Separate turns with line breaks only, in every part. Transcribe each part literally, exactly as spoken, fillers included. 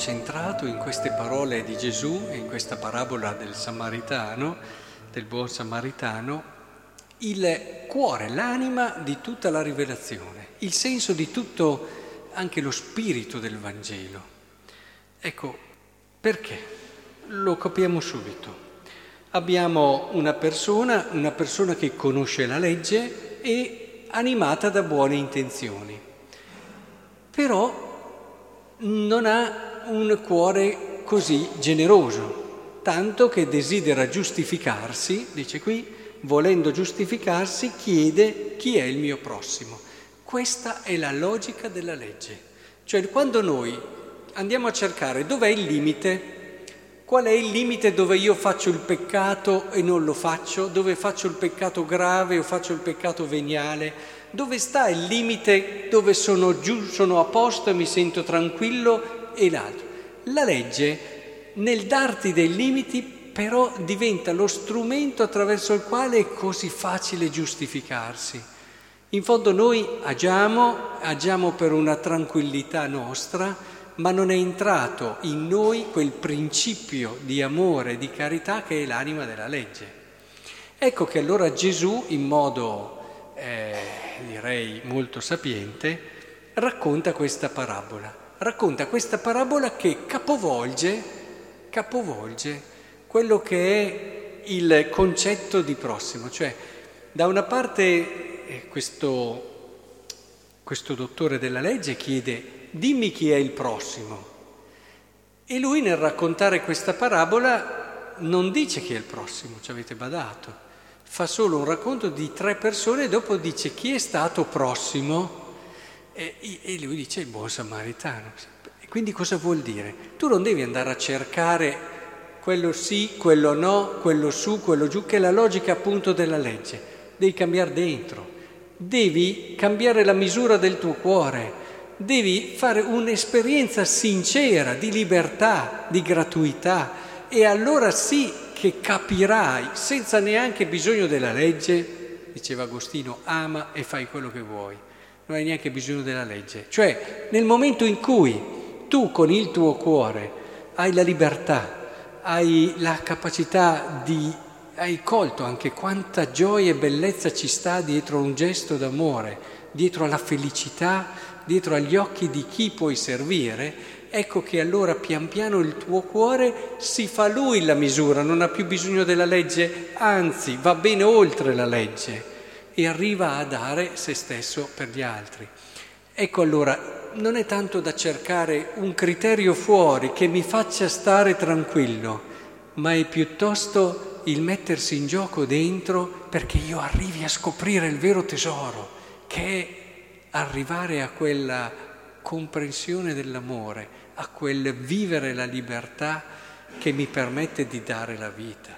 concentrato in queste parole di Gesù e in questa parabola del Samaritano, del buon Samaritano, il cuore, l'anima di tutta la rivelazione, il senso di tutto, anche lo spirito del Vangelo. Ecco, perché? Lo capiamo subito. Abbiamo una persona, una persona che conosce la legge e animata da buone intenzioni, però non ha un cuore così generoso, tanto che desidera giustificarsi, dice qui, volendo giustificarsi, chiede chi è il mio prossimo. Questa è la logica della legge. Cioè, quando noi andiamo a cercare dov'è il limite, qual è il limite dove io faccio il peccato e non lo faccio, dove faccio il peccato grave o faccio il peccato veniale, dove sta il limite dove sono giù, sono a posto e mi sento tranquillo e l'altro. La legge, nel darti dei limiti, però diventa lo strumento attraverso il quale è così facile giustificarsi. In fondo noi agiamo, agiamo per una tranquillità nostra, ma non è entrato in noi quel principio di amore, di carità che è l'anima della legge. Ecco che allora Gesù, in modo eh, direi molto sapiente, racconta questa parabola. Racconta questa parabola che capovolge, capovolge quello che è il concetto di prossimo. Cioè, da una parte eh, questo, questo dottore della legge chiede: dimmi chi è il prossimo. E lui nel raccontare questa parabola non dice chi è il prossimo, ci avete badato. Fa solo un racconto di tre persone e dopo dice chi è stato prossimo. E, e lui dice il buon Samaritano. E quindi cosa vuol dire? Tu non devi andare a cercare quello sì, quello no, quello su, quello giù, che è la logica appunto della legge. Devi cambiare dentro. Devi cambiare la misura del tuo cuore. Devi fare un'esperienza sincera di libertà, di gratuità, e allora sì che capirai, senza neanche bisogno della legge, diceva Agostino, ama e fai quello che vuoi, non hai neanche bisogno della legge. Cioè, nel momento in cui tu con il tuo cuore hai la libertà, hai la capacità di, hai colto anche quanta gioia e bellezza ci sta dietro un gesto d'amore, dietro alla felicità, dietro agli occhi di chi puoi servire, ecco che allora pian piano il tuo cuore si fa lui la misura, non ha più bisogno della legge, anzi va bene oltre la legge e arriva a dare se stesso per gli altri. Ecco allora, non è tanto da cercare un criterio fuori che mi faccia stare tranquillo, ma è piuttosto il mettersi in gioco dentro perché io arrivi a scoprire il vero tesoro, che è arrivare a quella comprensione dell'amore, a quel vivere la libertà che mi permette di dare la vita.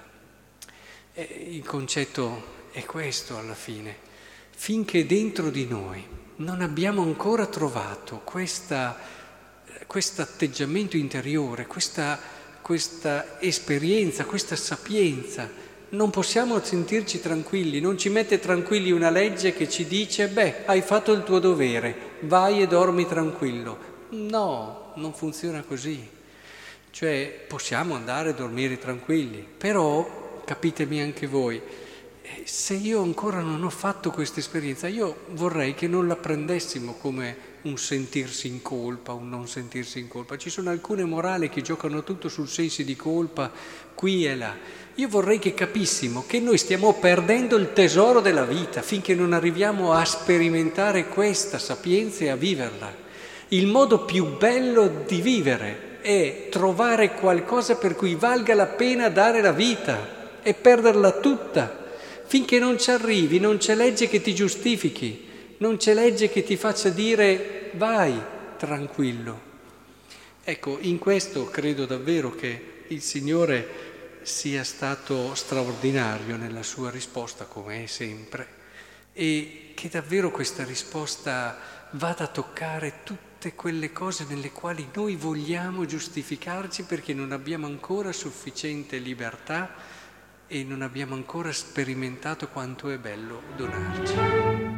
E il concetto è questo alla fine. Finché dentro di noi non abbiamo ancora trovato questa, questo atteggiamento interiore, questa, questa esperienza, questa sapienza, non possiamo sentirci tranquilli, non ci mette tranquilli una legge che ci dice beh, hai fatto il tuo dovere, vai e dormi tranquillo. No, non funziona così. Cioè possiamo andare a dormire tranquilli, però capitemi anche voi, se io ancora non ho fatto questa esperienza, io vorrei che non la prendessimo come un sentirsi in colpa, un non sentirsi in colpa. Ci sono alcune morali che giocano tutto sul senso di colpa, qui e là. Io vorrei che capissimo che noi stiamo perdendo il tesoro della vita finché non arriviamo a sperimentare questa sapienza e a viverla. Il modo più bello di vivere è trovare qualcosa per cui valga la pena dare la vita e perderla tutta. Finché non ci arrivi, non c'è legge che ti giustifichi, non c'è legge che ti faccia dire vai tranquillo. Ecco, in questo credo davvero che il Signore sia stato straordinario nella sua risposta, come è sempre, e che davvero questa risposta vada a toccare tutte quelle cose nelle quali noi vogliamo giustificarci perché non abbiamo ancora sufficiente libertà e non abbiamo ancora sperimentato quanto è bello donarci.